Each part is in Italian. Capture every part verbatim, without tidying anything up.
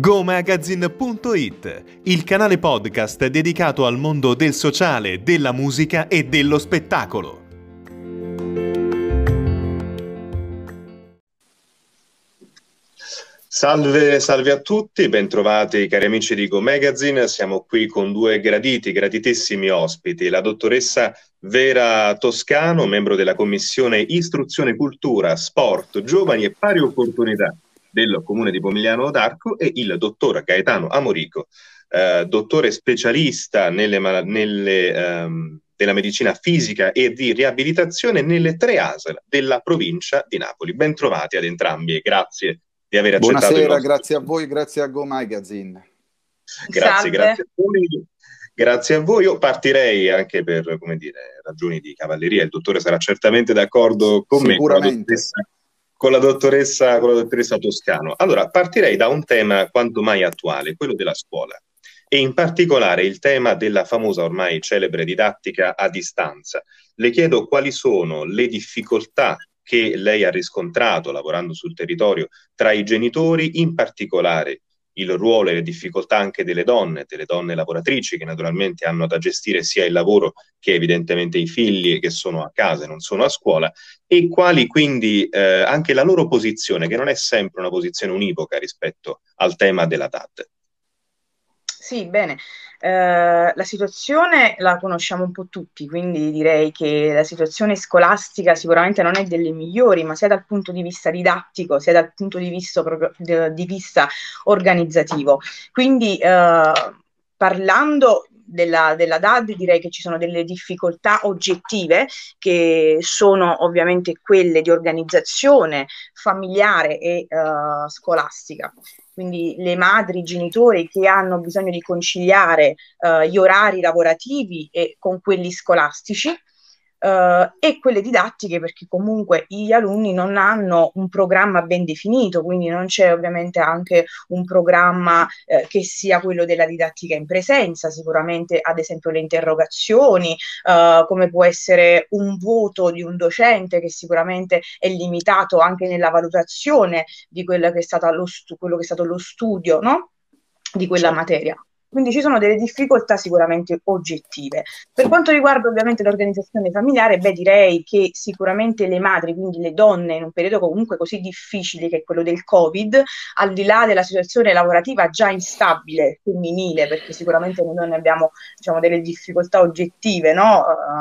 go magazine punto it, il canale podcast dedicato al mondo del sociale, della musica e dello spettacolo. Salve, salve a tutti, bentrovati cari amici di Go Magazine. Siamo qui con due graditi, graditissimi ospiti, la dottoressa Vera Toscano, membro della Commissione Istruzione, Cultura, Sport, Giovani e Pari Opportunità del Comune di Pomigliano d'Arco, e il dottor Gaetano Amorico, eh, dottore specialista nelle, nelle, ehm, della medicina fisica e di riabilitazione nelle tre A S L della provincia di Napoli. Bentrovati ad entrambi e grazie di aver accettato. Buonasera, nostro... grazie a voi, grazie a Go Magazine. Grazie, grazie a voi. Grazie a voi. Io partirei anche per, come dire, ragioni di cavalleria. Il dottore sarà certamente d'accordo con me, con la dottoressa, con la dottoressa, con la dottoressa Toscano. Allora, partirei da un tema quanto mai attuale, quello della scuola, e in particolare il tema della famosa ormai celebre didattica a distanza. Le chiedo quali sono le difficoltà che lei ha riscontrato lavorando sul territorio tra i genitori, in particolare il ruolo e le difficoltà anche delle donne, delle donne lavoratrici che naturalmente hanno da gestire sia il lavoro che evidentemente i figli che sono a casa e non sono a scuola, e quali quindi eh, anche la loro posizione, che non è sempre una posizione univoca rispetto al tema della D A D. Sì, bene. Eh, la situazione la conosciamo un po' tutti, quindi direi che la situazione scolastica sicuramente non è delle migliori, ma sia dal punto di vista didattico, sia dal punto di vista, di vista organizzativo. Quindi eh, parlando della, della D A D, direi che ci sono delle difficoltà oggettive che sono ovviamente quelle di organizzazione familiare e uh, scolastica. Quindi le madri, i genitori che hanno bisogno di conciliare uh, gli orari lavorativi e con quelli scolastici, Uh, e quelle didattiche, perché comunque gli alunni non hanno un programma ben definito, quindi non c'è ovviamente anche un programma eh, che sia quello della didattica in presenza, sicuramente ad esempio le interrogazioni, uh, come può essere un voto di un docente che sicuramente è limitato anche nella valutazione di quello che è stato lo, stu- quello che è stato lo studio, no? Di quella Certo. materia. Quindi ci sono delle difficoltà sicuramente oggettive. Per quanto riguarda ovviamente l'organizzazione familiare, beh, direi che sicuramente le madri, quindi le donne, in un periodo comunque così difficile che è quello del Covid, al di là della situazione lavorativa già instabile femminile, perché sicuramente noi donne abbiamo, diciamo, delle difficoltà oggettive, no?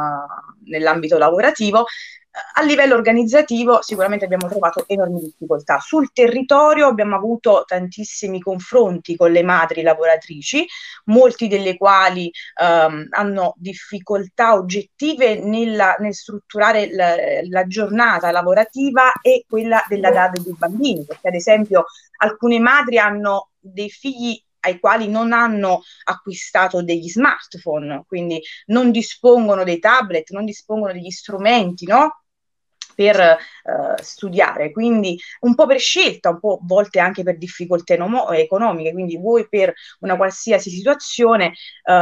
uh, nell'ambito lavorativo, a livello organizzativo sicuramente abbiamo trovato enormi difficoltà. Sul territorio abbiamo avuto tantissimi confronti con le madri lavoratrici, molti delle quali um, hanno difficoltà oggettive nella, nel strutturare la, la giornata lavorativa e quella della D A D dei bambini, perché ad esempio alcune madri hanno dei figli ai quali non hanno acquistato degli smartphone, quindi non dispongono dei tablet, non dispongono degli strumenti, no? per uh, studiare, quindi un po' per scelta, un po' a volte anche per difficoltà economiche, quindi voi per una qualsiasi situazione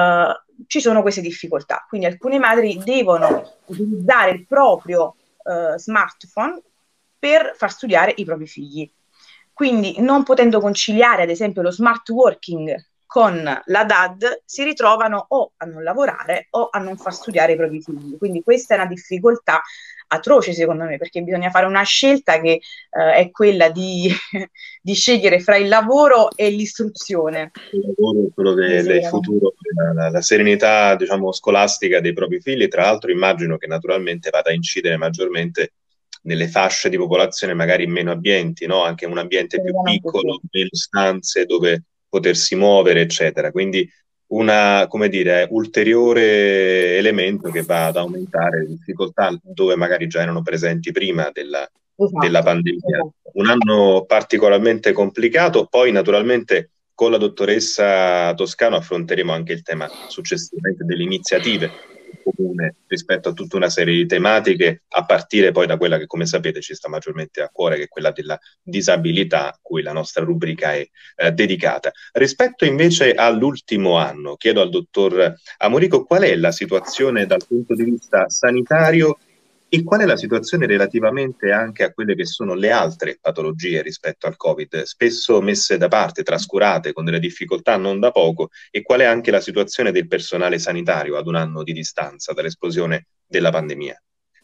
uh, ci sono queste difficoltà, quindi alcune madri devono utilizzare il proprio uh, smartphone per far studiare i propri figli, quindi non potendo conciliare ad esempio lo smart working con la D A D si ritrovano o a non lavorare o a non far studiare i propri figli, quindi questa è una difficoltà atroce secondo me, perché bisogna fare una scelta che eh, è quella di, di scegliere fra il lavoro e l'istruzione. Il lavoro, quello de, del futuro, la, la serenità, diciamo, scolastica dei propri figli, tra l'altro immagino che naturalmente vada a incidere maggiormente nelle fasce di popolazione magari meno abbienti, no? Anche un ambiente più piccolo, meno stanze dove potersi muovere, eccetera. Quindi una, come dire, ulteriore elemento che va ad aumentare le difficoltà dove magari già erano presenti prima della, esatto, della pandemia. Esatto. Un anno particolarmente complicato, poi naturalmente con la dottoressa Toscano affronteremo anche il tema successivamente delle iniziative comune rispetto a tutta una serie di tematiche, a partire poi da quella che, come sapete, ci sta maggiormente a cuore, che è quella della disabilità, a cui la nostra rubrica è eh, dedicata. Rispetto invece all'ultimo anno, chiedo al dottor Amorico qual è la situazione dal punto di vista sanitario E qual è la situazione relativamente anche a quelle che sono le altre patologie rispetto al Covid, spesso messe da parte, trascurate, con delle difficoltà non da poco, e qual è anche la situazione del personale sanitario ad un anno di distanza dall'esplosione della pandemia?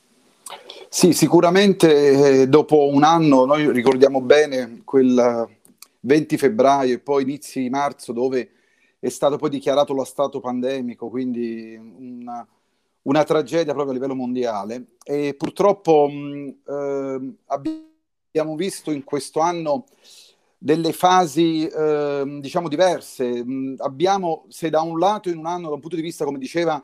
Sì, sicuramente eh, dopo un anno, noi ricordiamo bene quel venti febbraio e poi inizi di marzo dove è stato poi dichiarato lo stato pandemico, quindi una, una tragedia proprio a livello mondiale. E purtroppo mh, eh, abbiamo visto in questo anno delle fasi eh, diciamo diverse. Mh, abbiamo, se da un lato in un anno, da un punto di vista, come diceva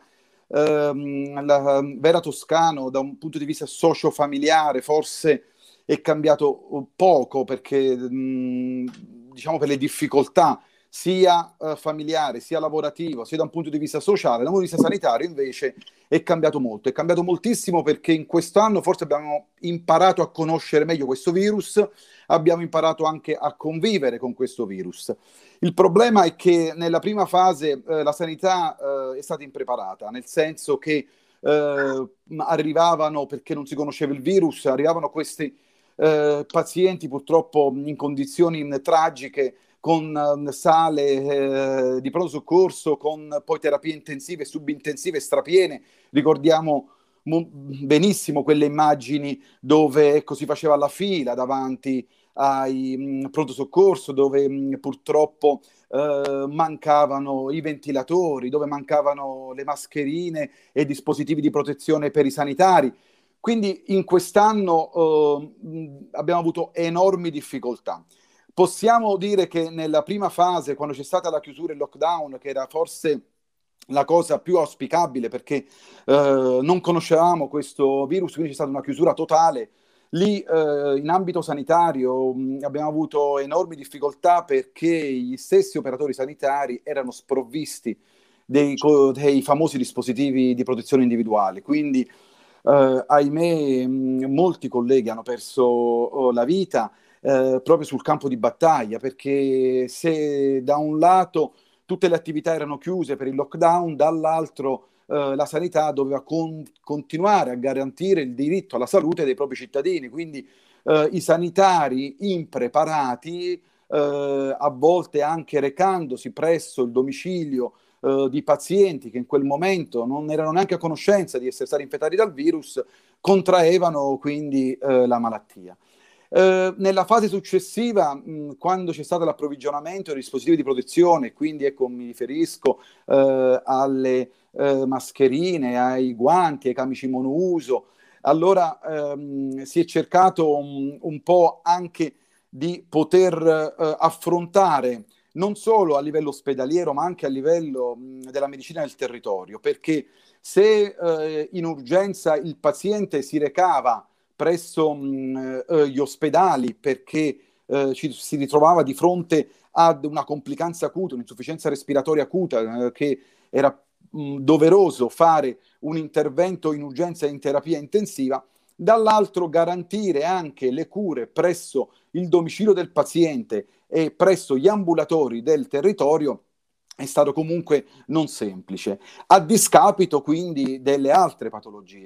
ehm, la Vera Toscano, da un punto di vista socio-familiare, forse è cambiato poco perché mh, diciamo per le difficoltà sia eh, familiare, sia lavorativo, sia da un punto di vista sociale, da un punto di vista sanitario invece è cambiato molto, è cambiato moltissimo perché in questo anno forse abbiamo imparato a conoscere meglio questo virus, abbiamo imparato anche a convivere con questo virus. Il problema è che nella prima fase eh, la sanità eh, è stata impreparata, nel senso che eh, arrivavano, perché non si conosceva il virus, arrivavano questi eh, pazienti purtroppo in condizioni tragiche con eh, sale eh, di pronto soccorso, con poi terapie intensive, subintensive, strapiene. Ricordiamo mo- benissimo quelle immagini dove ecco, si faceva la fila davanti ai mh, pronto soccorso, dove mh, purtroppo eh, mancavano i ventilatori, dove mancavano le mascherine e i dispositivi di protezione per i sanitari. Quindi in quest'anno eh, mh, abbiamo avuto enormi difficoltà. Possiamo dire che nella prima fase, quando c'è stata la chiusura e il lockdown, che era forse la cosa più auspicabile perché eh, non conoscevamo questo virus, quindi c'è stata una chiusura totale. Lì eh, in ambito sanitario mh, abbiamo avuto enormi difficoltà perché gli stessi operatori sanitari erano sprovvisti dei, co- dei famosi dispositivi di protezione individuale. Quindi, eh, ahimè, mh, molti colleghi hanno perso oh, la vita eh, proprio sul campo di battaglia, perché se da un lato tutte le attività erano chiuse per il lockdown, dall'altro eh, la sanità doveva con- continuare a garantire il diritto alla salute dei propri cittadini, quindi eh, i sanitari impreparati, eh, a volte anche recandosi presso il domicilio eh, di pazienti che in quel momento non erano neanche a conoscenza di essere stati infettati dal virus, contraevano quindi eh, la malattia. Eh, nella fase successiva, mh, quando c'è stato l'approvvigionamento dei dispositivi di protezione, quindi ecco, mi riferisco eh, alle eh, mascherine, ai guanti, ai camici monouso, allora ehm, si è cercato un, un po' anche di poter eh, affrontare non solo a livello ospedaliero, ma anche a livello mh, della medicina del territorio, perché se eh, in urgenza il paziente si recava presso mh, eh, gli ospedali perché eh, ci si ritrovava di fronte ad una complicanza acuta, un'insufficienza respiratoria acuta, eh, che era mh, doveroso fare un intervento in urgenza e in terapia intensiva, dall'altro garantire anche le cure presso il domicilio del paziente e presso gli ambulatori del territorio è stato comunque non semplice, a discapito quindi delle altre patologie,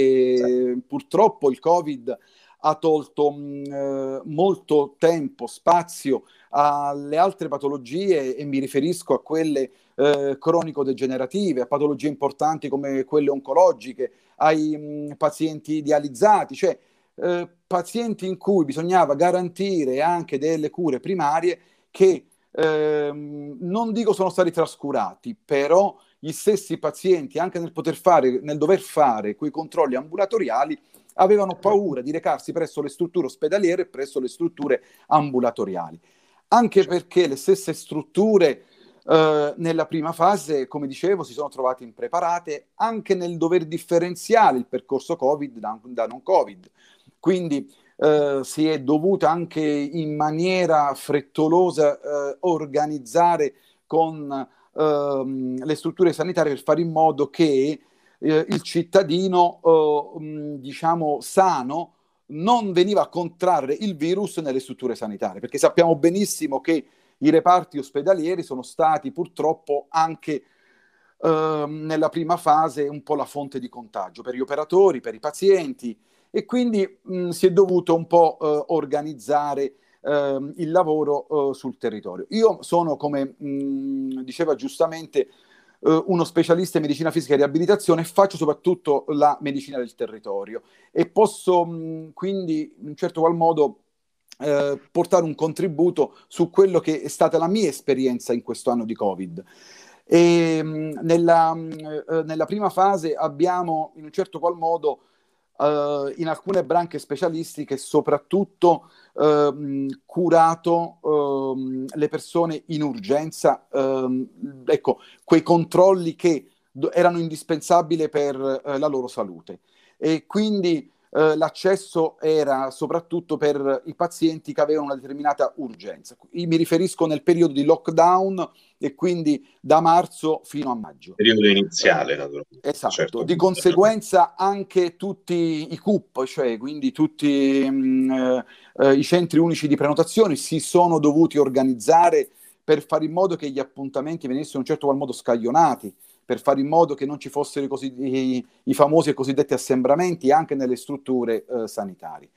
perché purtroppo il Covid ha tolto mh, eh, molto tempo, spazio alle altre patologie e mi riferisco a quelle eh, cronico-degenerative, a patologie importanti come quelle oncologiche, ai mh, pazienti dializzati, cioè eh, pazienti in cui bisognava garantire anche delle cure primarie che ehm, non dico sono stati trascurati, però gli stessi pazienti, anche nel poter fare, nel dover fare quei controlli ambulatoriali, avevano paura di recarsi presso le strutture ospedaliere e presso le strutture ambulatoriali. Anche perché le stesse strutture eh, nella prima fase, come dicevo, si sono trovate impreparate anche nel dover differenziare il percorso Covid da, da non Covid. Quindi eh, si è dovuta anche in maniera frettolosa eh, organizzare con ehm, le strutture sanitarie per fare in modo che eh, il cittadino, eh, mh, diciamo, sano non veniva a contrarre il virus nelle strutture sanitarie, perché sappiamo benissimo che i reparti ospedalieri sono stati purtroppo anche eh, nella prima fase un po' la fonte di contagio per gli operatori, per i pazienti, e quindi mh, si è dovuto un po' eh, organizzare eh, il lavoro eh, sul territorio. Io sono, come mh, diceva giustamente, eh, uno specialista in medicina fisica e riabilitazione, faccio soprattutto la medicina del territorio e posso mh, quindi in un certo qual modo eh, portare un contributo su quello che è stata la mia esperienza in questo anno di Covid. E, mh, nella, mh, eh, nella prima fase abbiamo in un certo qual modo Uh, in alcune branche specialistiche soprattutto uh, curato uh, le persone in urgenza, uh, ecco, quei controlli che do- erano indispensabili per uh, la loro salute. E quindi uh, l'accesso era soprattutto per i pazienti che avevano una determinata urgenza. Io mi riferisco nel periodo di lockdown e quindi da marzo fino a maggio. Periodo iniziale, naturalmente. Esatto, Certo. di conseguenza anche tutti i C U P, cioè quindi tutti mh, eh, i centri unici di prenotazione si sono dovuti organizzare per fare in modo che gli appuntamenti venissero in un certo qual modo scaglionati, per fare in modo che non ci fossero i, così, i, i famosi e cosiddetti assembramenti anche nelle strutture eh, sanitarie.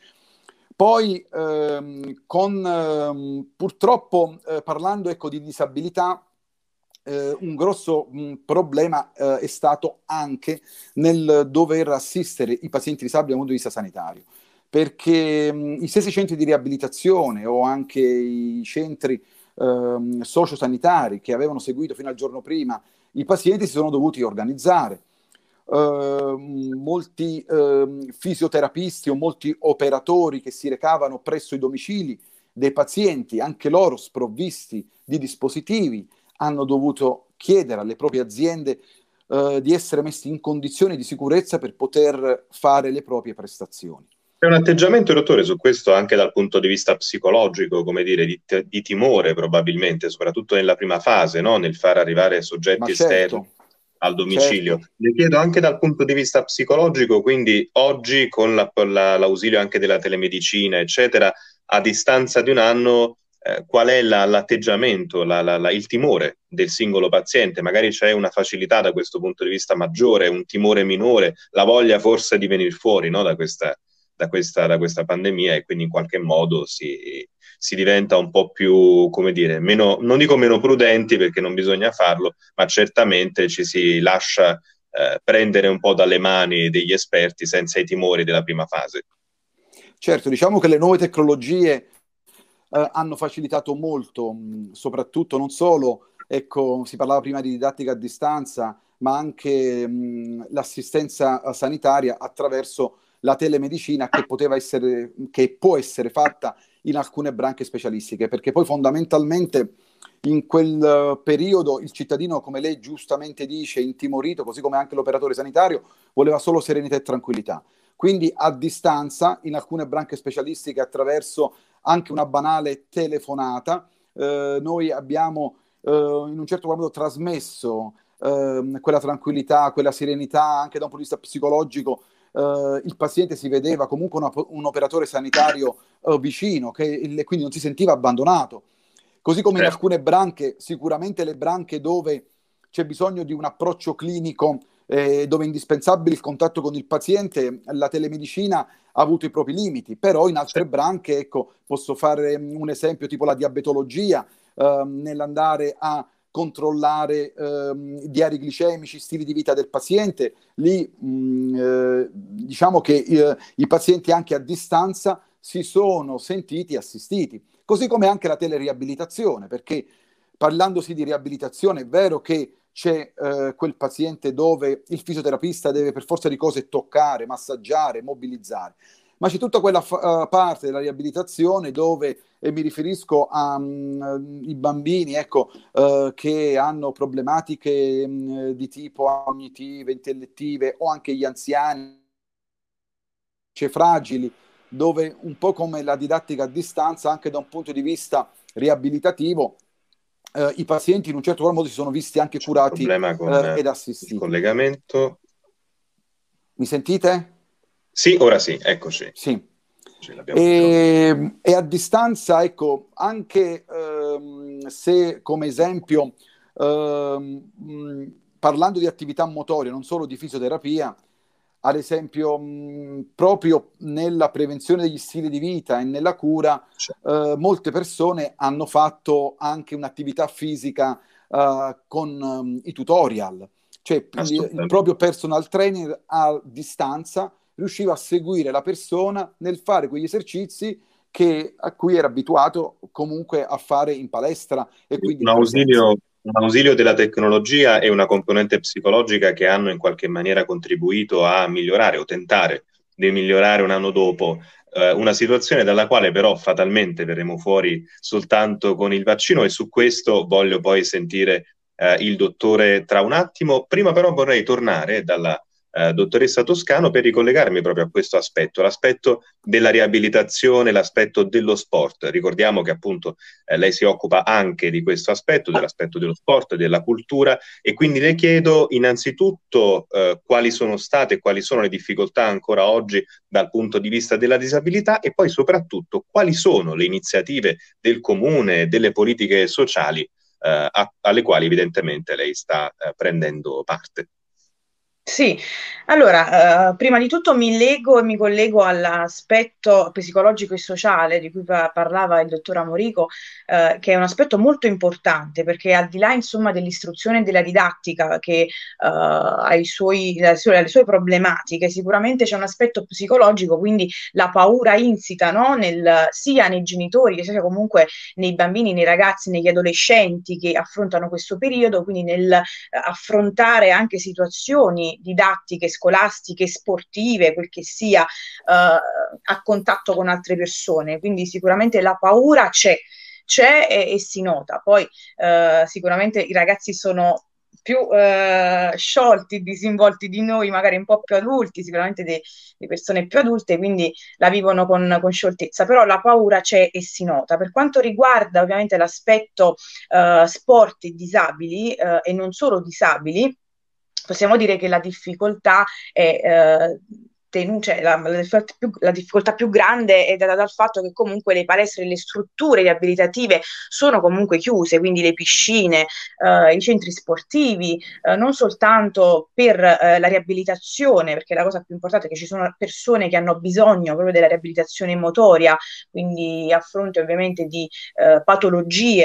Poi ehm, con ehm, purtroppo eh, parlando ecco, di disabilità, eh, un grosso mh, problema eh, è stato anche nel dover assistere i pazienti disabili dal punto di vista sanitario, perché mh, i stessi centri di riabilitazione o anche i centri ehm, sociosanitari che avevano seguito fino al giorno prima i pazienti si sono dovuti organizzare. Uh, molti uh, fisioterapisti o molti operatori che si recavano presso i domicili dei pazienti, anche loro sprovvisti di dispositivi, hanno dovuto chiedere alle proprie aziende uh, di essere messi in condizioni di sicurezza per poter fare le proprie prestazioni. C'è un atteggiamento, dottore, su questo anche dal punto di vista psicologico, come dire, di, di timore probabilmente, soprattutto nella prima fase, no? Nel far arrivare soggetti Ma certo, esterni al domicilio. certo. Le chiedo anche dal punto di vista psicologico, quindi oggi con la- con la- l'ausilio anche della telemedicina, eccetera, a distanza di un anno, eh, qual è la- l'atteggiamento, la- la- la- il timore del singolo paziente? Magari c'è una facilità da questo punto di vista maggiore, un timore minore, la voglia forse di venire fuori, no, da questa, da questa, da questa pandemia, e quindi in qualche modo si, si diventa un po' più, come dire, meno, non dico meno prudenti perché non bisogna farlo, ma certamente ci si lascia eh, prendere un po' dalle mani degli esperti senza i timori della prima fase. Certo, diciamo che le nuove tecnologie eh, hanno facilitato molto, mh, soprattutto non solo, ecco, si parlava prima di didattica a distanza, ma anche mh, l'assistenza sanitaria attraverso la telemedicina che poteva essere, che può essere fatta in alcune branche specialistiche, perché poi fondamentalmente in quel eh, periodo il cittadino, come lei giustamente dice, intimorito, così come anche l'operatore sanitario, voleva solo serenità e tranquillità. Quindi a distanza, in alcune branche specialistiche, attraverso anche una banale telefonata, eh, noi abbiamo eh, in un certo modo trasmesso eh, quella tranquillità, quella serenità anche da un punto di vista psicologico. Eh, il paziente si vedeva comunque una, un operatore sanitario eh, vicino, che il, quindi non si sentiva abbandonato. Così come in Certo. alcune branche, sicuramente le branche dove c'è bisogno di un approccio clinico, eh, dove è indispensabile il contatto con il paziente, la telemedicina ha avuto i propri limiti, però in altre branche, ecco, posso fare un esempio tipo la diabetologia, ehm, nell'andare a controllare ehm, i diari glicemici, stili di vita del paziente, lì mh, eh, diciamo che eh, i pazienti anche a distanza si sono sentiti assistiti, così come anche la teleriabilitazione, perché parlandosi di riabilitazione è vero che c'è eh, quel paziente dove il fisioterapista deve per forza di cose toccare, massaggiare, mobilizzare, ma c'è tutta quella fa- parte della riabilitazione dove, e mi riferisco ai um, bambini, ecco, uh, che hanno problematiche um, di tipo cognitive, intellettive, o anche gli anziani, cioè fragili, dove un po' come la didattica a distanza, anche da un punto di vista riabilitativo, eh, i pazienti in un certo modo si sono visti anche C'è un curati problema con eh, ed il assistiti. collegamento. Mi sentite? Sì, ora sì, eccoci. Sì. Ce l'abbiamo E, e a distanza, ecco, anche ehm, se come esempio ehm, mh, parlando di attività motoria, non solo di fisioterapia, ad esempio mh, proprio nella prevenzione degli stili di vita e nella cura, eh, molte persone hanno fatto anche un'attività fisica eh, con um, i tutorial, cioè il, il proprio personal trainer a distanza riusciva a seguire la persona nel fare quegli esercizi che, a cui era abituato comunque a fare in palestra e quindi un ausilio, un ausilio della tecnologia e una componente psicologica che hanno in qualche maniera contribuito a migliorare o tentare di migliorare un anno dopo eh, una situazione dalla quale però fatalmente verremo fuori soltanto con il vaccino, e su questo voglio poi sentire eh, il dottore tra un attimo. Prima però vorrei tornare dalla Uh, dottoressa Toscano per ricollegarmi proprio a questo aspetto, l'aspetto della riabilitazione, l'aspetto dello sport. Ricordiamo che appunto eh, lei si occupa anche di questo aspetto, dell'aspetto dello sport, della cultura, e quindi le chiedo innanzitutto uh, quali sono state e quali sono le difficoltà ancora oggi dal punto di vista della disabilità, e poi soprattutto quali sono le iniziative del comune, delle politiche sociali uh, a- alle quali evidentemente lei sta uh, prendendo parte. Sì, allora, eh, prima di tutto mi lego e mi collego all'aspetto psicologico e sociale di cui pa- parlava il dottor Amorico, eh, che è un aspetto molto importante, perché al di là, insomma, dell'istruzione e della didattica che eh, ha i suoi, le sue, le sue problematiche, sicuramente c'è un aspetto psicologico, quindi la paura insita, no? Nel, sia nei genitori, sia comunque nei bambini, nei ragazzi, negli adolescenti che affrontano questo periodo, quindi nel eh, affrontare anche situazioni didattiche, scolastiche, sportive, quel che sia, eh, a contatto con altre persone. Quindi sicuramente la paura c'è, c'è e, e si nota. Poi eh, sicuramente i ragazzi sono più eh, sciolti, disinvolti di noi, magari un po' più adulti, sicuramente di persone più adulte, quindi la vivono con, con scioltezza, però la paura c'è e si nota. Per quanto riguarda ovviamente l'aspetto eh, sport e disabili, eh, e non solo disabili, possiamo dire che la difficoltà è eh, tenu- cioè la, la difficoltà più, la difficoltà più grande è data dal fatto che comunque le palestre e le strutture riabilitative sono comunque chiuse, quindi le piscine, eh, i centri sportivi, eh, non soltanto per eh, la riabilitazione, perché la cosa più importante è che ci sono persone che hanno bisogno proprio della riabilitazione motoria, quindi a fronte ovviamente di eh, patologie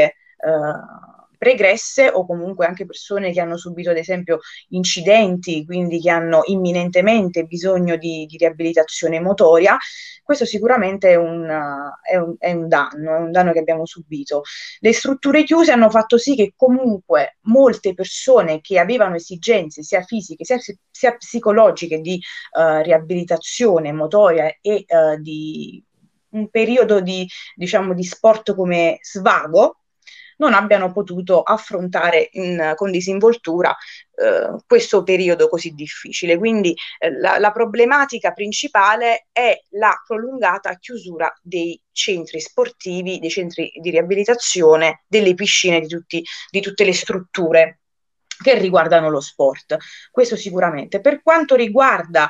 eh, pregresse, o comunque anche persone che hanno subito ad esempio incidenti, quindi che hanno imminentemente bisogno di, di riabilitazione motoria. Questo sicuramente è un, uh, è, un, è un danno, è un danno che abbiamo subito. Le strutture chiuse hanno fatto sì che comunque molte persone che avevano esigenze sia fisiche sia, sia psicologiche di uh, riabilitazione motoria e uh, di un periodo di, diciamo, di sport come svago, non abbiano potuto affrontare in, con disinvoltura eh, questo periodo così difficile. Quindi eh, la, la problematica principale è la prolungata chiusura dei centri sportivi, dei centri di riabilitazione, delle piscine, di, tutti, di tutte le strutture che riguardano lo sport. Questo sicuramente. Per quanto riguarda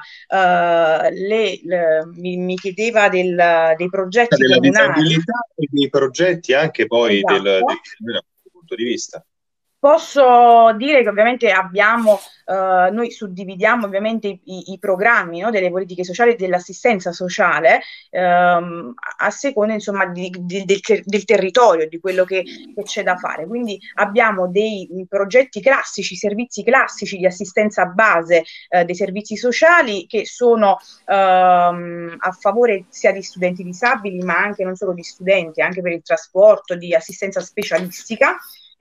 uh, le, le mi, mi chiedeva del, dei progetti della comunali disabilità e dei progetti anche poi esatto. del, del punto di vista. Posso dire che ovviamente abbiamo, eh, noi suddividiamo ovviamente i, i programmi, no, delle politiche sociali e dell'assistenza sociale ehm, a seconda insomma di, di, del, del territorio, di quello che, che c'è da fare. Quindi abbiamo dei progetti classici, servizi classici di assistenza a base eh, dei servizi sociali che sono ehm, a favore sia di studenti disabili, ma anche non solo di studenti, anche per il trasporto, di assistenza specialistica.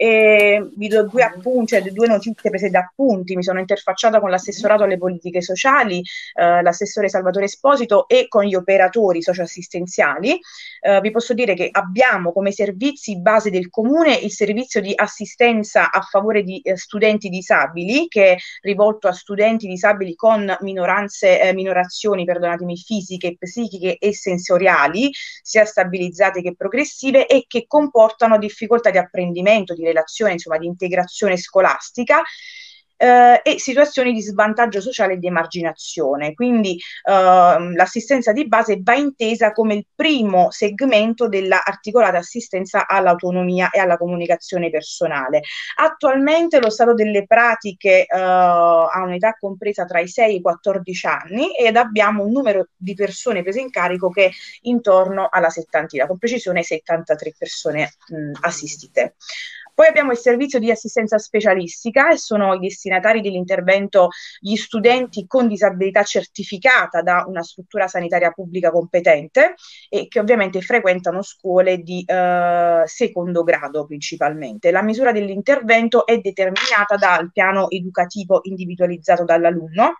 E vi do due appunti, cioè due notizie prese da appunti. Mi sono interfacciata con l'assessorato alle politiche sociali, eh, l'assessore Salvatore Esposito, e con gli operatori socioassistenziali. Eh, vi posso dire che abbiamo come servizi base del comune il servizio di assistenza a favore di eh, studenti disabili, che è rivolto a studenti disabili con minoranze, eh, minorazioni, perdonatemi, fisiche, psichiche e sensoriali, sia stabilizzate che progressive, e che comportano difficoltà di apprendimento, di relazione, insomma di integrazione scolastica. Eh, e situazioni di svantaggio sociale e di emarginazione. Quindi eh, l'assistenza di base va intesa come il primo segmento della articolata assistenza all'autonomia e alla comunicazione personale. Attualmente lo stato delle pratiche eh, ha un'età compresa tra i sei e i quattordici anni ed abbiamo un numero di persone prese in carico che è intorno alla settantina, con precisione settantatré persone mh, assistite. Poi abbiamo il servizio di assistenza specialistica e sono i destinatari dell'intervento gli studenti con disabilità certificata da una struttura sanitaria pubblica competente e che ovviamente frequentano scuole di eh, secondo grado principalmente. La misura dell'intervento è determinata dal piano educativo individualizzato dall'alunno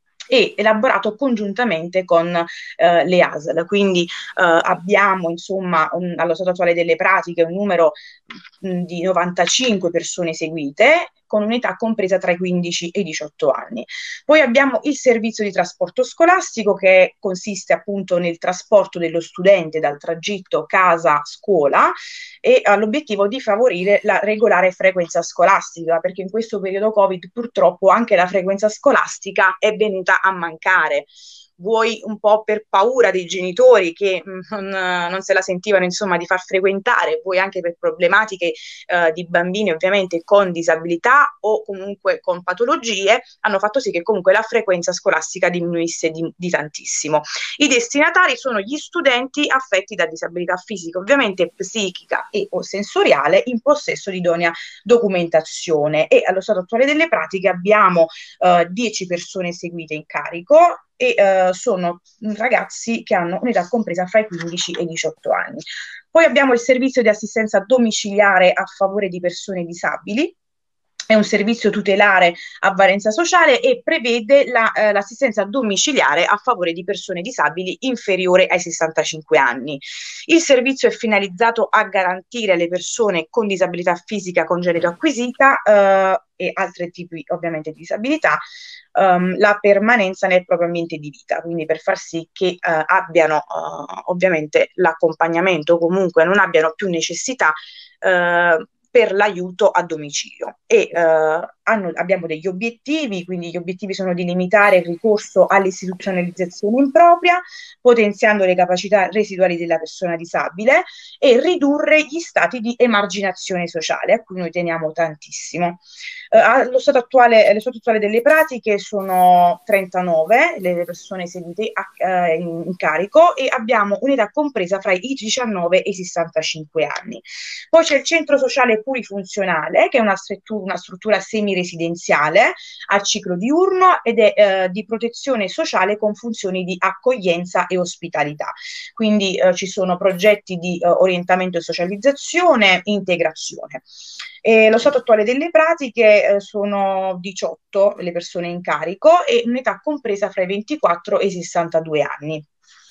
e elaborato congiuntamente con eh, le A S L. Quindi eh, abbiamo insomma un, allo stato attuale delle pratiche un numero mh, di novantacinque persone seguite con un'età compresa tra i quindici e i diciotto anni. Poi abbiamo il servizio di trasporto scolastico che consiste appunto nel trasporto dello studente dal tragitto casa-scuola e ha l'obiettivo di favorire la regolare frequenza scolastica, perché in questo periodo Covid purtroppo anche la frequenza scolastica è venuta a mancare. Vuoi un po' per paura dei genitori che non, non se la sentivano insomma di far frequentare, vuoi anche per problematiche eh, di bambini ovviamente con disabilità o comunque con patologie, hanno fatto sì che comunque la frequenza scolastica diminuisse di, di tantissimo. I destinatari sono gli studenti affetti da disabilità fisica, ovviamente psichica e o sensoriale, in possesso di idonea documentazione, e allo stato attuale delle pratiche abbiamo eh, dieci persone seguite in carico e uh, sono ragazzi che hanno un'età compresa fra i quindici e i diciotto anni. Poi abbiamo il servizio di assistenza domiciliare a favore di persone disabili. È un servizio tutelare a valenza sociale e prevede la, eh, l'assistenza domiciliare a favore di persone disabili inferiore ai sessantacinque anni. Il servizio è finalizzato a garantire alle persone con disabilità fisica congenita acquisita eh, e altri tipi ovviamente di disabilità Um, la permanenza nel proprio ambiente di vita, quindi per far sì che uh, abbiano uh, ovviamente l'accompagnamento, comunque non abbiano più necessità uh, per l'aiuto a domicilio. E uh, hanno, abbiamo degli obiettivi, quindi gli obiettivi sono di limitare il ricorso all'istituzionalizzazione impropria, potenziando le capacità residuali della persona disabile e ridurre gli stati di emarginazione sociale, a cui noi teniamo tantissimo. Uh, allo stato attuale, allo stato attuale delle pratiche sono trentanove le persone seguite a, uh, in, in carico e abbiamo un'età compresa fra i diciannove e i sessantacinque anni. Poi c'è il centro sociale plurifunzionale, che è una struttura, una struttura semiresidenziale a ciclo diurno ed è eh, di protezione sociale con funzioni di accoglienza e ospitalità. Quindi eh, ci sono progetti di eh, orientamento e socializzazione, integrazione. E lo stato attuale delle pratiche eh, sono diciotto le persone in carico e un'età compresa fra i ventiquattro e i sessantadue anni.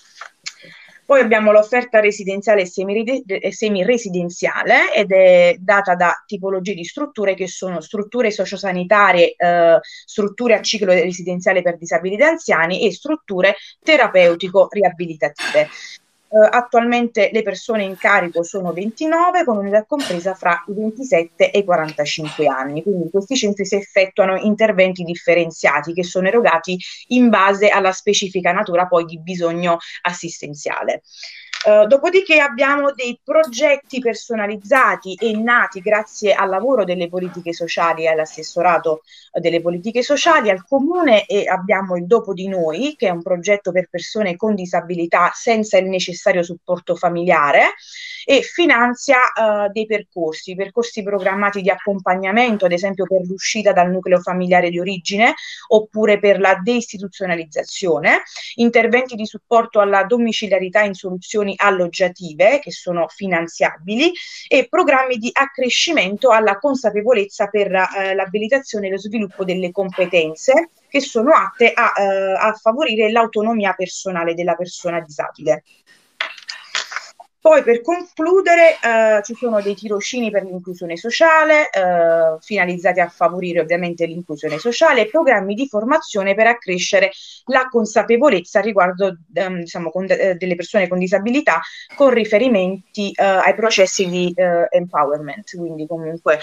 Poi abbiamo l'offerta residenziale e semiresidenziale ed è data da tipologie di strutture che sono strutture sociosanitarie, eh, strutture a ciclo residenziale per disabili ed anziani e strutture terapeutico-riabilitative. Uh, attualmente le persone in carico sono ventinove con un'età compresa fra i ventisette e i quarantacinque anni, quindi in questi centri si effettuano interventi differenziati che sono erogati in base alla specifica natura poi di bisogno assistenziale. Uh, dopodiché abbiamo dei progetti personalizzati e nati grazie al lavoro delle politiche sociali e all'assessorato uh, delle politiche sociali al comune, e abbiamo il Dopo di Noi, che è un progetto per persone con disabilità senza il necessario supporto familiare e finanzia uh, dei percorsi, percorsi programmati di accompagnamento, ad esempio per l'uscita dal nucleo familiare di origine oppure per la deistituzionalizzazione, interventi di supporto alla domiciliarità in soluzioni alloggiative che sono finanziabili e programmi di accrescimento alla consapevolezza per eh, l'abilitazione e lo sviluppo delle competenze che sono atte a, eh, a favorire l'autonomia personale della persona disabile. Poi per concludere eh, ci sono dei tirocini per l'inclusione sociale eh, finalizzati a favorire ovviamente l'inclusione sociale e programmi di formazione per accrescere la consapevolezza riguardo ehm, diciamo, con, eh, delle persone con disabilità con riferimenti eh, ai processi di eh, empowerment, quindi comunque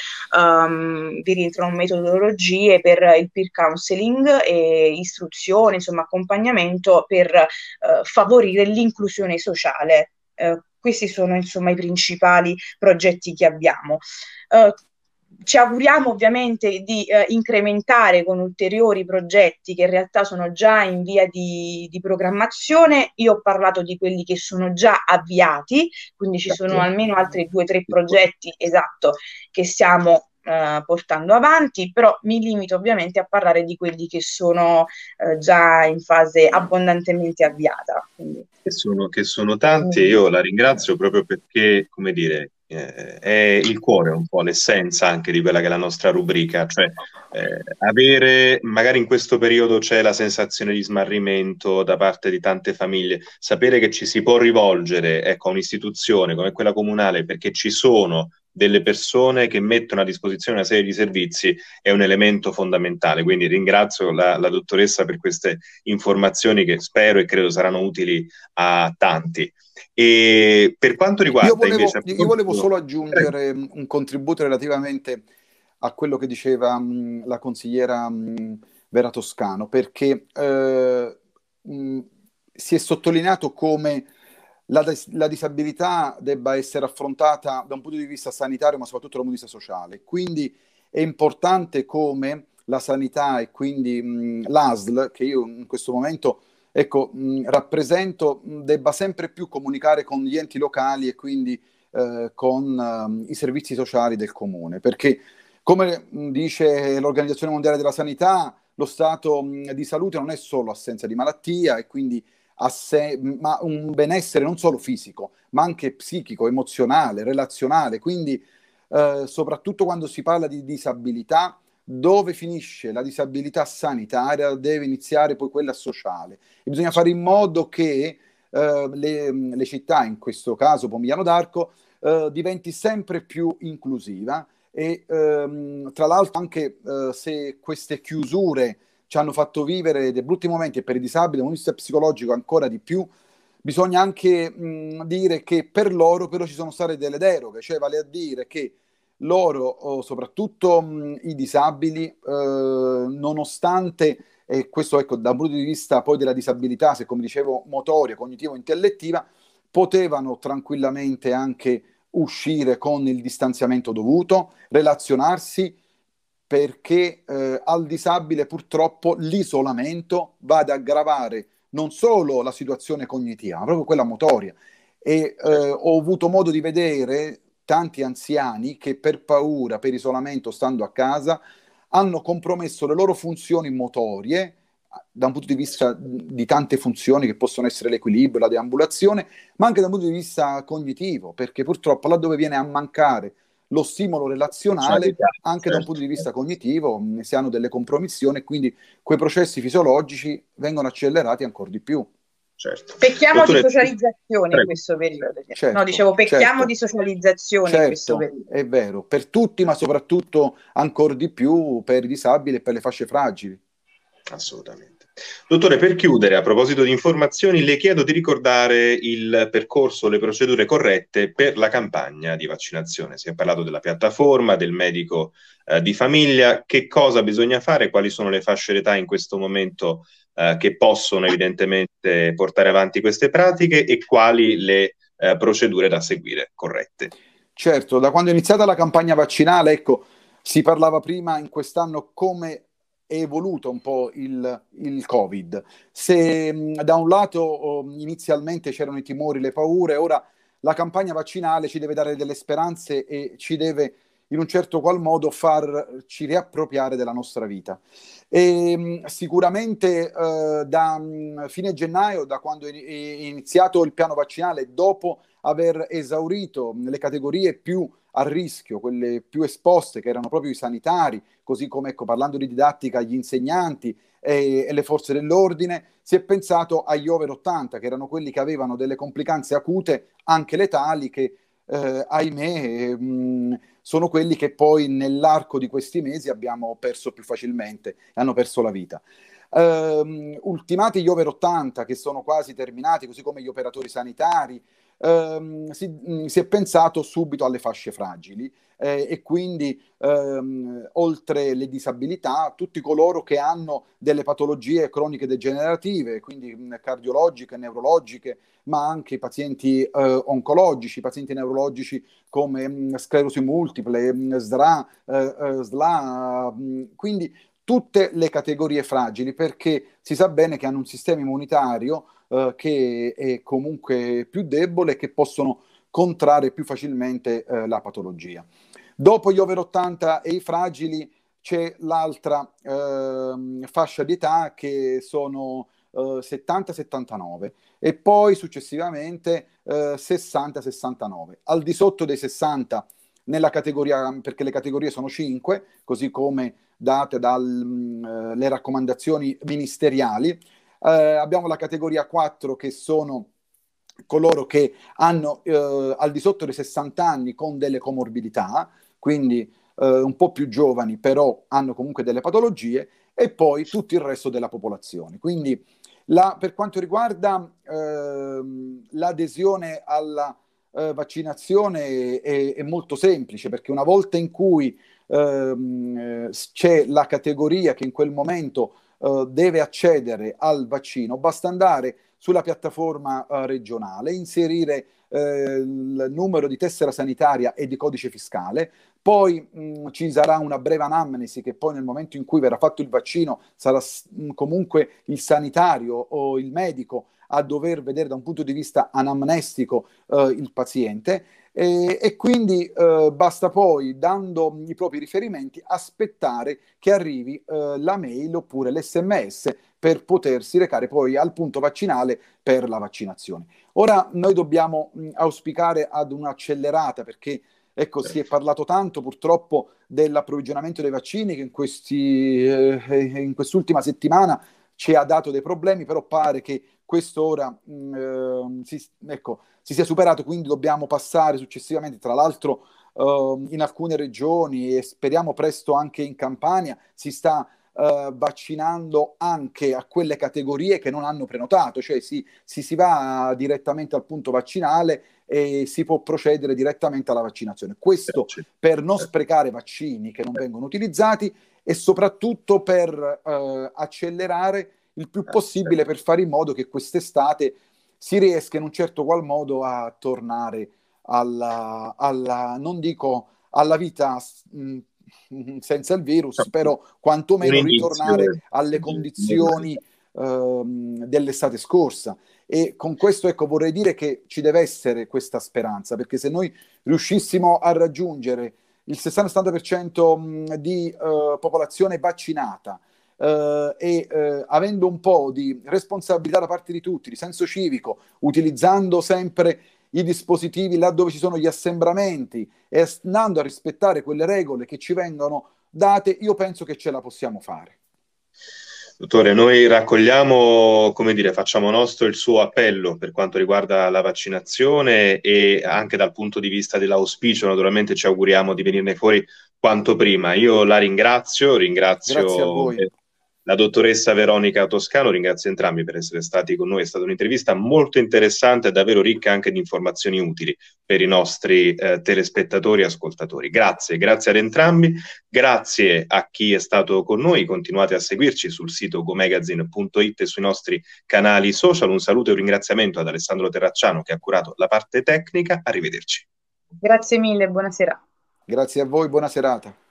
um, vi rientrano metodologie per il peer counseling e istruzione, insomma accompagnamento per eh, favorire l'inclusione sociale. Eh, questi sono insomma i principali progetti che abbiamo. Uh, ci auguriamo ovviamente di uh, incrementare con ulteriori progetti che in realtà sono già in via di, di programmazione. Io ho parlato di quelli che sono già avviati, quindi ci sono almeno altri due o tre progetti, esatto, che stiamo Uh, portando avanti, però mi limito ovviamente a parlare di quelli che sono uh, già in fase abbondantemente avviata. Quindi. Che sono, che sono tanti, e io la ringrazio proprio perché, come dire, eh, è il cuore, un po' l'essenza anche di quella che è la nostra rubrica, cioè eh, avere, magari in questo periodo c'è la sensazione di smarrimento da parte di tante famiglie, sapere che ci si può rivolgere, ecco, a un'istituzione come quella comunale, perché ci sono delle persone che mettono a disposizione una serie di servizi è un elemento fondamentale, quindi ringrazio la, la dottoressa per queste informazioni che spero e credo saranno utili a tanti. E per quanto riguarda io volevo, invece io volevo solo aggiungere Prego. un contributo relativamente a quello che diceva mh, la consigliera mh, Vera Toscano, perché eh, mh, si è sottolineato come La, la disabilità debba essere affrontata da un punto di vista sanitario, ma soprattutto da un punto di vista sociale. Quindi è importante come la sanità e quindi mh, l'A S L, che io in questo momento ecco, mh, rappresento, mh, debba sempre più comunicare con gli enti locali e quindi eh, con uh, i servizi sociali del comune. Perché, come mh, dice l'Organizzazione Mondiale della Sanità, lo stato mh, di salute non è solo assenza di malattia e quindi a sé, ma un benessere non solo fisico, ma anche psichico, emozionale, relazionale. Quindi, eh, soprattutto quando si parla di disabilità, dove finisce la disabilità sanitaria, deve iniziare poi quella sociale. E bisogna fare in modo che eh, le, le città, in questo caso Pomigliano d'Arco, eh, diventi sempre più inclusiva e ehm, tra l'altro anche eh, se queste chiusure ci hanno fatto vivere dei brutti momenti e per i disabili, da un punto di vista psicologico ancora di più, bisogna anche mh, dire che per loro però ci sono state delle deroghe, cioè vale a dire che loro, oh, soprattutto mh, i disabili, eh, nonostante, e questo ecco da un punto di vista poi della disabilità, se come dicevo motoria, cognitivo-intellettiva, potevano tranquillamente anche uscire con il distanziamento dovuto, relazionarsi, perché eh, al disabile purtroppo l'isolamento va ad aggravare non solo la situazione cognitiva, ma proprio quella motoria. E eh, ho avuto modo di vedere tanti anziani che per paura, per isolamento, stando a casa, hanno compromesso le loro funzioni motorie, da un punto di vista di tante funzioni che possono essere l'equilibrio, la deambulazione, ma anche da un punto di vista cognitivo, perché purtroppo laddove viene a mancare lo stimolo relazionale, anche certo, da un punto di vista cognitivo, mh, si hanno delle compromissioni e quindi quei processi fisiologici vengono accelerati ancora di più. Certo. Pecchiamo Dottore... di socializzazione Prego. in questo periodo. Certo, no, dicevo, pecchiamo certo, di socializzazione certo, in questo periodo. È vero, per tutti, ma soprattutto ancora di più per i disabili e per le fasce fragili. Assolutamente. Dottore, per chiudere, a proposito di informazioni, le chiedo di ricordare il percorso, le procedure corrette per la campagna di vaccinazione. Si è parlato della piattaforma, del medico eh, di famiglia, che cosa bisogna fare, quali sono le fasce d'età in questo momento eh, che possono evidentemente portare avanti queste pratiche e quali le eh, procedure da seguire corrette. Certo, da quando è iniziata la campagna vaccinale, ecco, si parlava prima in quest'anno come è evoluto un po' il, il Covid. Se mh, da un lato oh, inizialmente c'erano i timori, le paure, ora la campagna vaccinale ci deve dare delle speranze e ci deve in un certo qual modo farci riappropriare della nostra vita. E, mh, sicuramente eh, da mh, fine gennaio, da quando è iniziato il piano vaccinale, dopo aver esaurito le categorie più a rischio, quelle più esposte, che erano proprio i sanitari, così come, ecco, parlando di didattica, gli insegnanti e, e le forze dell'ordine, si è pensato agli over ottanta, che erano quelli che avevano delle complicanze acute, anche letali, che eh, ahimè mh, sono quelli che poi nell'arco di questi mesi abbiamo perso più facilmente, hanno perso la vita. Um, ultimati gli over ottanta, che sono quasi terminati, così come gli operatori sanitari, um, si, mh, si è pensato subito alle fasce fragili eh, e quindi um, oltre le disabilità, tutti coloro che hanno delle patologie croniche degenerative, quindi mh, cardiologiche, neurologiche, ma anche i pazienti eh, oncologici, i pazienti neurologici come mh, sclerosi multiple, mh, S D R A, eh, eh, S L A, mh, quindi tutte le categorie fragili, perché si sa bene che hanno un sistema immunitario eh, che è comunque più debole e che possono contrarre più facilmente eh, la patologia. Dopo gli over ottanta e i fragili c'è l'altra eh, fascia di età, che sono eh, settanta settantanove, e poi successivamente eh, sessanta sessantanove. Al di sotto dei sessanta, nella categoria, perché le categorie sono cinque, così come date dalle eh, raccomandazioni ministeriali, eh, abbiamo la categoria quattro, che sono coloro che hanno eh, al di sotto dei sessanta anni con delle comorbidità, quindi eh, un po' più giovani, però hanno comunque delle patologie, e poi tutto il resto della popolazione. Quindi la, per quanto riguarda eh, l'adesione alla eh, vaccinazione è, è molto semplice, perché una volta in cui ehm, c'è la categoria che in quel momento eh, deve accedere al vaccino, basta andare sulla piattaforma eh, regionale, inserire eh, il numero di tessera sanitaria e di codice fiscale, poi mh, ci sarà una breve anamnesi, che poi nel momento in cui verrà fatto il vaccino sarà mh, comunque il sanitario o il medico a dover vedere da un punto di vista anamnestico eh, il paziente, e, e quindi eh, basta poi, dando i propri riferimenti, aspettare che arrivi eh, la mail oppure l'esse emme esse per potersi recare poi al punto vaccinale per la vaccinazione. Ora noi dobbiamo mh, auspicare ad un'accelerata, perché ecco, si è parlato tanto purtroppo dell'approvvigionamento dei vaccini, che in, questi, eh, in quest'ultima settimana ci ha dato dei problemi, però pare che questo ora mh, eh, si, ecco, si sia superato, quindi dobbiamo passare successivamente, tra l'altro eh, in alcune regioni e speriamo presto anche in Campania, si sta eh, vaccinando anche a quelle categorie che non hanno prenotato, cioè si, si, si va direttamente al punto vaccinale e si può procedere direttamente alla vaccinazione. Questo per non sprecare vaccini che non vengono utilizzati e soprattutto per eh, accelerare il più possibile, per fare in modo che quest'estate si riesca in un certo qual modo a tornare alla, alla non dico alla vita mh, senza il virus, però quantomeno ritornare alle condizioni ehm, dell'estate scorsa. E con questo, ecco, vorrei dire che ci deve essere questa speranza, perché se noi riuscissimo a raggiungere il sessanta settanta per cento di eh, popolazione vaccinata, Uh, e uh, avendo un po' di responsabilità da parte di tutti, di senso civico, utilizzando sempre i dispositivi laddove ci sono gli assembramenti e andando a rispettare quelle regole che ci vengono date, io penso che ce la possiamo fare. Dottore, noi raccogliamo, come dire, facciamo nostro il suo appello per quanto riguarda la vaccinazione, e anche dal punto di vista dell'auspicio, naturalmente ci auguriamo di venirne fuori quanto prima. Io la ringrazio, ringrazio Grazie a voi. la dottoressa Veronica Toscano, ringrazio entrambi per essere stati con noi. È stata un'intervista molto interessante e davvero ricca anche di informazioni utili per i nostri eh, telespettatori e ascoltatori. Grazie, grazie ad entrambi, grazie a chi è stato con noi, continuate a seguirci sul sito gomagazine punto it e sui nostri canali social. Un saluto e un ringraziamento ad Alessandro Terracciano che ha curato la parte tecnica. Arrivederci. Grazie mille, buonasera. Grazie a voi, buona serata.